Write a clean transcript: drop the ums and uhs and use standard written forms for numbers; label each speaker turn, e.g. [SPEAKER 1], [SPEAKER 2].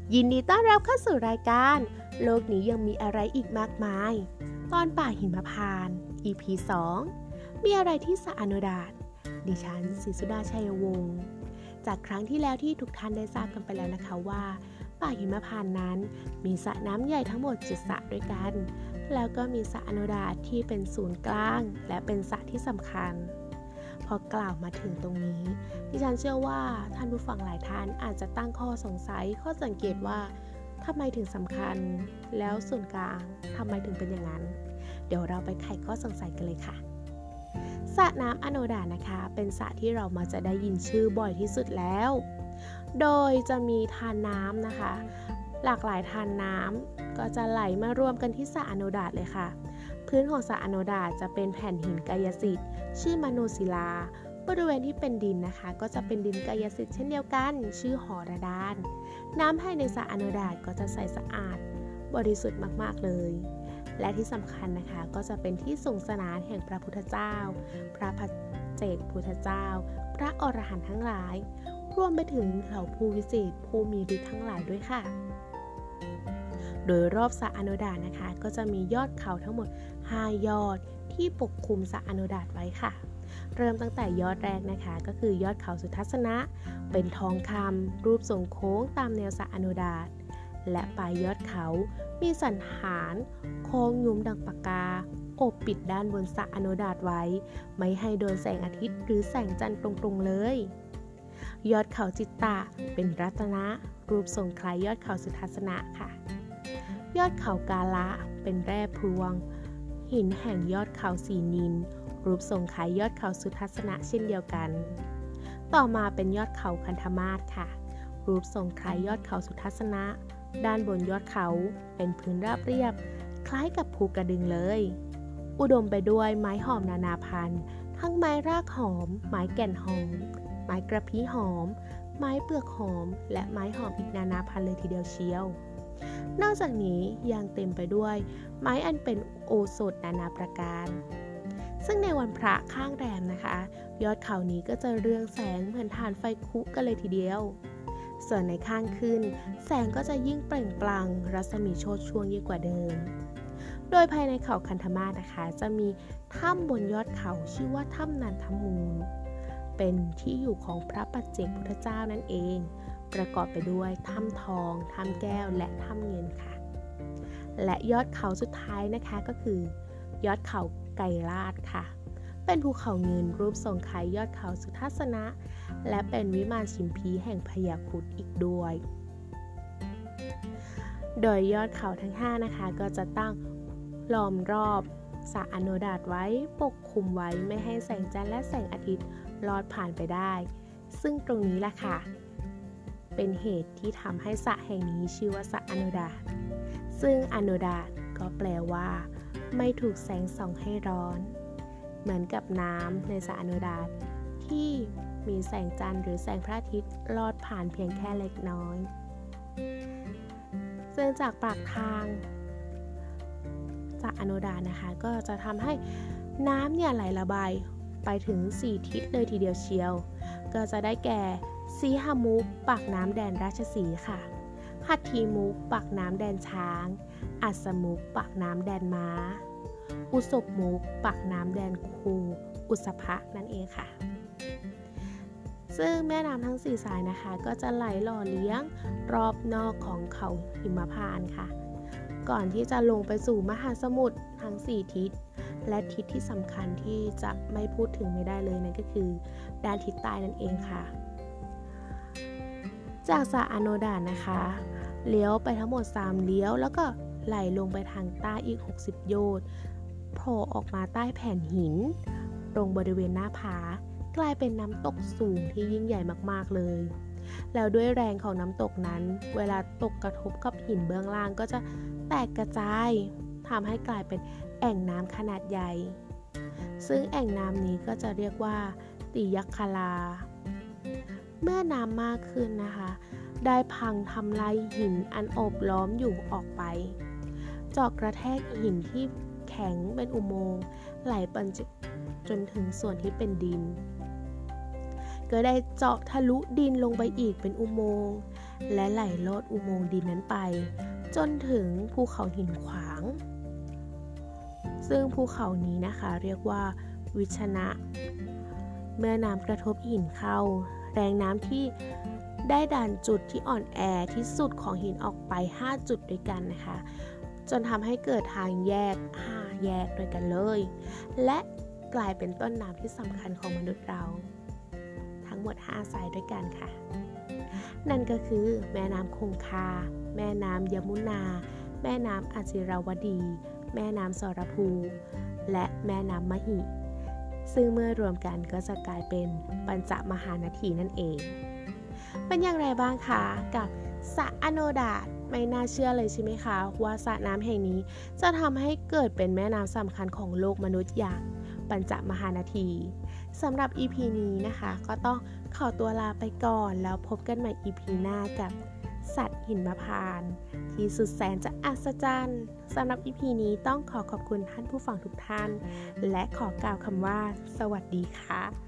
[SPEAKER 1] ยินดีต้อนรับเข้าสู่รายการโลกนี้ยังมีอะไรอีกมากมายตอนป่าหิมพานต์ EP 2 มีอะไรที่สะอโนดาตดิฉันศิสุดาชัยวงศ์จากครั้งที่แล้วที่ทุกท่านได้ทราบกันไปแล้วนะคะว่าป่าหิมพานต์นั้นมีสระน้ำใหญ่ทั้งหมด7 สระด้วยกันแล้วก็มีสระอโนดาตที่เป็นศูนย์กลางและเป็นสระที่สำคัญพอกล่าวมาถึงตรงนี้ดิฉันเชื่อว่าท่านผู้ฟังหลายท่านอาจจะตั้งข้อสงสัยข้อสังเกตว่าทำไมถึงสำคัญแล้วส่วนกลางทำไมถึงเป็นอย่างนั้นเดี๋ยวเราไปไขข้อสงสัยกันเลยค่ะสระน้ำอโนดาตนะคะเป็นสระที่เรามักจะได้ยินชื่อบ่อยที่สุดแล้วโดยจะมีทานน้ำนะคะหลากหลายทานน้ำก็จะไหลมารวมกันที่สระอโนดาตเลยค่ะพื้นของสระอโนดาตจะเป็นแผ่นหินกายสิทธิ์ชื่อมโนศิลาบริเวณที่เป็นดินนะคะก็จะเป็นดินกายสิทธิ์เช่นเดียวกันชื่อหอระดานน้ำภายในสระอโนดาตก็จะใสสะอาดบริสุทธิ์มากๆเลยและที่สำคัญนะคะก็จะเป็นที่ทรงสนานแห่งพระพุทธเจ้าพระปัจเจกพุทธเจ้าพระอรหันต์ทั้งหลายรวมไปถึงเหล่าผู้วิเศษผู้มีฤทธิ์ทั้งหลายด้วยค่ะโดยรอบสระอโนดาตนะคะก็จะมียอดเขาทั้งหมด5 ยอดที่ปกคลุมสระอโนดาตไว้ค่ะเริ่มตั้งแต่ยอดแรกนะคะก็คือยอดเขาสุทัศนะเป็นทองคำรูปทรงโค้งตามแนวสระอโนดาตและปลายยอดเขามีสันฐานโค้งยุ้มดังปากกาโอบปิดด้านบนสระอโนดาตไว้ไม่ให้โดนแสงอาทิตย์หรือแสงจันทร์ตรงๆเลยยอดเขาจิตตะเป็นรัตนะรูปทรงคล้ายยอดเขาสุทัศนะค่ะยอดเขากาละเป็นแร่พลวงหินแห่งยอดเขาสีนิลรูปทรงคล้ายยอดเขาสุทัศนะเช่นเดียวกันต่อมาเป็นยอดเขาคันธมาศค่ะรูปทรงคล้ายยอดเขาสุทัศนะด้านบนยอดเขาเป็นพื้นราบเรียบคล้ายกับภูกระดึงเลยอุดมไปด้วยไม้หอมนานาพันธุ์ทั้งไม้รากหอมไม้แก่นหอมไม้กระพี้หอมไม้เปลือกหอมและไม้หอมอีกนานาพันธุ์เลยทีเดียวเชียวนอกจากนี้ยังเต็มไปด้วยไม้อันเป็นโอสถนานาประการซึ่งในวันพระข้างแรมนะคะยอดเขานี้ก็จะเรืองแสงเหมือนถ่านไฟคุกันเลยทีเดียวส่วนในข้างขึ้นแสงก็จะยิ่งเปล่งปลั่งรัศมีโชติช่วงยิ่งกว่าเดิมโดยภายในเขาคันธมาศนะคะจะมีถ้ำบนยอดเขาชื่อว่าถ้ำนันทมูลเป็นที่อยู่ของพระปัจเจกพุทธเจ้านั่นเองประกอบไปด้วยถ้ำทองถ้ำแก้วและถ้ำเงินค่ะและยอดเขาสุดท้ายนะคะก็คือยอดเขาไกรลาศค่ะเป็นภูเขาเงินรูปทรงคล้ายยอดเขาสุทัศนะและเป็นวิมานชิมพีแห่งพญาครุฑอีกด้วยโดยยอดเขาทั้ง5นะคะก็จะตั้งล้อมรอบสระอโนดาตไว้ปกคลุมไว้ไม่ให้แสงจันทร์และแสงอาทิตย์ลอดผ่านไปได้ซึ่งตรงนี้แหละค่ะเป็นเหตุที่ทำให้สระแห่งนี้ชื่อว่าสระอโนดาตซึ่งอโนดาตก็แปลว่าไม่ถูกแสงส่องให้ร้อนเหมือนกับน้ำในสระอโนดาตที่มีแสงจันทร์หรือแสงพระอาทิตย์ลอดผ่านเพียงแค่เล็กน้อยซึ่งจากปากทางสระอโนดาตนะคะก็จะทำให้น้ำเนี่ยไหลระบายไปถึง4 ทิศเลยทีเดียวเชียวก็จะได้แก่สีหมุขปากน้ำแดนราชสีห์ค่ะหัตถีมุขปากน้ำแดนช้างอัสมุขปากน้ำแดนม้าอุศบมุขปากน้ำแดนคูอุสภะนั่นเองค่ะซึ่งแม่น้ำทั้ง4 สายนะคะก็จะไหลหล่อเลี้ยงรอบนอกของเขาหิมพานต์ค่ะก่อนที่จะลงไปสู่มหาสมุทรทั้ง4 ทิศและทิศที่สำคัญที่จะไม่พูดถึงไม่ได้เลยนั่นก็คือด้านทิศใต้นั่นเองค่ะจากสระอโนดาตนะคะเลี้ยวไปทั้งหมด3 เลี้ยวแล้วก็ไหลลงไปทางใต้อีก60 โยชน์โผล่ออกมาใต้แผ่นหินตรงบริเวณหน้าผากลายเป็นน้ำตกสูงที่ยิ่งใหญ่มากๆเลยแล้วด้วยแรงของน้ำตกนั้นเวลาตกกระทบกับหินเบื้องล่างก็จะแตกกระจายทำให้กลายเป็นแอ่งน้ำขนาดใหญ่ซึ่งแอ่งน้ำนี้ก็จะเรียกว่าติยัคคลาเมื่อน้ำมากขึ้นนะคะได้พังทำลายหินอันโอบล้อมอยู่ออกไปเจาะกระแทกหินที่แข็งเป็นอุโมงค์ไหลไปจนถึงส่วนที่เป็นดินก็ได้เจาะทะลุดินลงไปอีกเป็นอุโมงค์และไหลลอดอุโมงค์ดินนั้นไปจนถึงภูเขาหินขวางซึ่งภูเขานี้นะคะเรียกว่าวิชนะเมื่อน้ำกระทบหินเข้าแรงน้ำที่ได้ดันจุดที่อ่อนแอที่สุดของหินออกไป5จุดด้วยกันนะคะจนทำให้เกิดทางแยก5แยกด้วยกันเลยและกลายเป็นต้นน้ำที่สำคัญของมนุษย์เราทั้งหมด5สายด้วยกันค่ะนั่นก็คือแม่น้ำคงคาแม่น้ำยมุนาแม่น้ำอจิรวดีแม่น้ำสรภูและแม่น้ำมหิซึ่งเมื่อรวมกันก็จะกลายเป็นปัญจมหานาทีนั่นเองเป็นอย่างไรบ้างคะกับสระอโนดาตไม่น่าเชื่อเลยใช่ไหมคะว่าสระน้ำแห่งนี้จะทำให้เกิดเป็นแม่น้ำสำคัญของโลกมนุษย์อย่างปัญจมหานาทีสำหรับ EP นี้นะคะก็ต้องขอตัวลาไปก่อนแล้วพบกันใหม่ EP หน้ากับสัตว์หิมพานต์ที่สุดแสนจะอัศจรรย์สำหรับ EP นี้ต้องขอบคุณท่านผู้ฟังทุกท่านและขอกล่าวคำว่าสวัสดีค่ะ